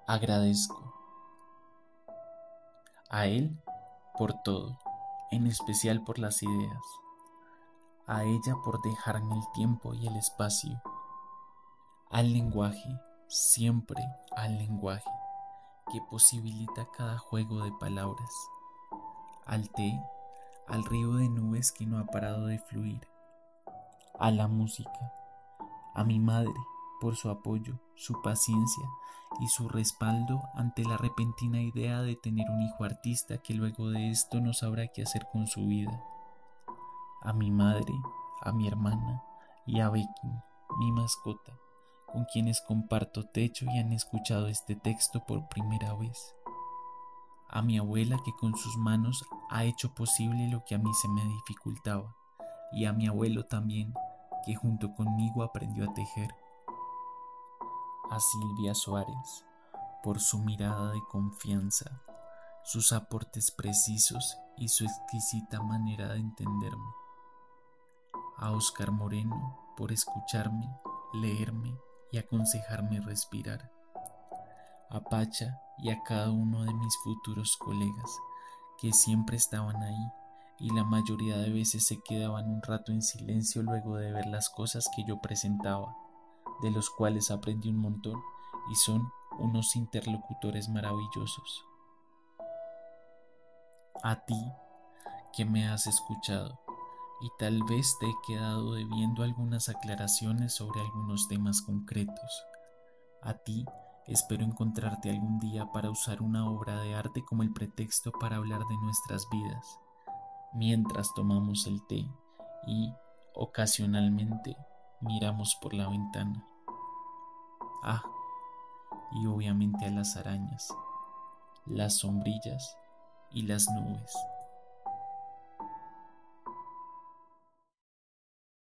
Agradezco a Él por todo, en especial por las ideas, a ella por dejarme el tiempo y el espacio, al lenguaje, siempre al lenguaje, que posibilita cada juego de palabras, al té, al río de nubes que no ha parado de fluir, a la música, a mi madre por su apoyo, su paciencia y su respaldo ante la repentina idea de tener un hijo artista que luego de esto no sabrá qué hacer con su vida, a mi madre, a mi hermana y a Becky, mi mascota, con quienes comparto techo y han escuchado este texto por primera vez, a mi abuela que con sus manos ha hecho posible lo que a mí se me dificultaba, y a mi abuelo también, que junto conmigo aprendió a tejer, a Silvia Suárez, por su mirada de confianza, sus aportes precisos y su exquisita manera de entenderme, a Oscar Moreno, por escucharme, leerme y aconsejarme respirar, a Pacha y a cada uno de mis futuros colegas, que siempre estaban ahí y la mayoría de veces se quedaban un rato en silencio luego de ver las cosas que yo presentaba, de los cuales aprendí un montón y son unos interlocutores maravillosos. A ti que me has escuchado y tal vez te he quedado debiendo algunas aclaraciones sobre algunos temas concretos. A ti espero encontrarte algún día para usar una obra de arte como el pretexto para hablar de nuestras vidas, mientras tomamos el té y, ocasionalmente, miramos por la ventana. Ah, y obviamente a las arañas, las sombrillas y las nubes.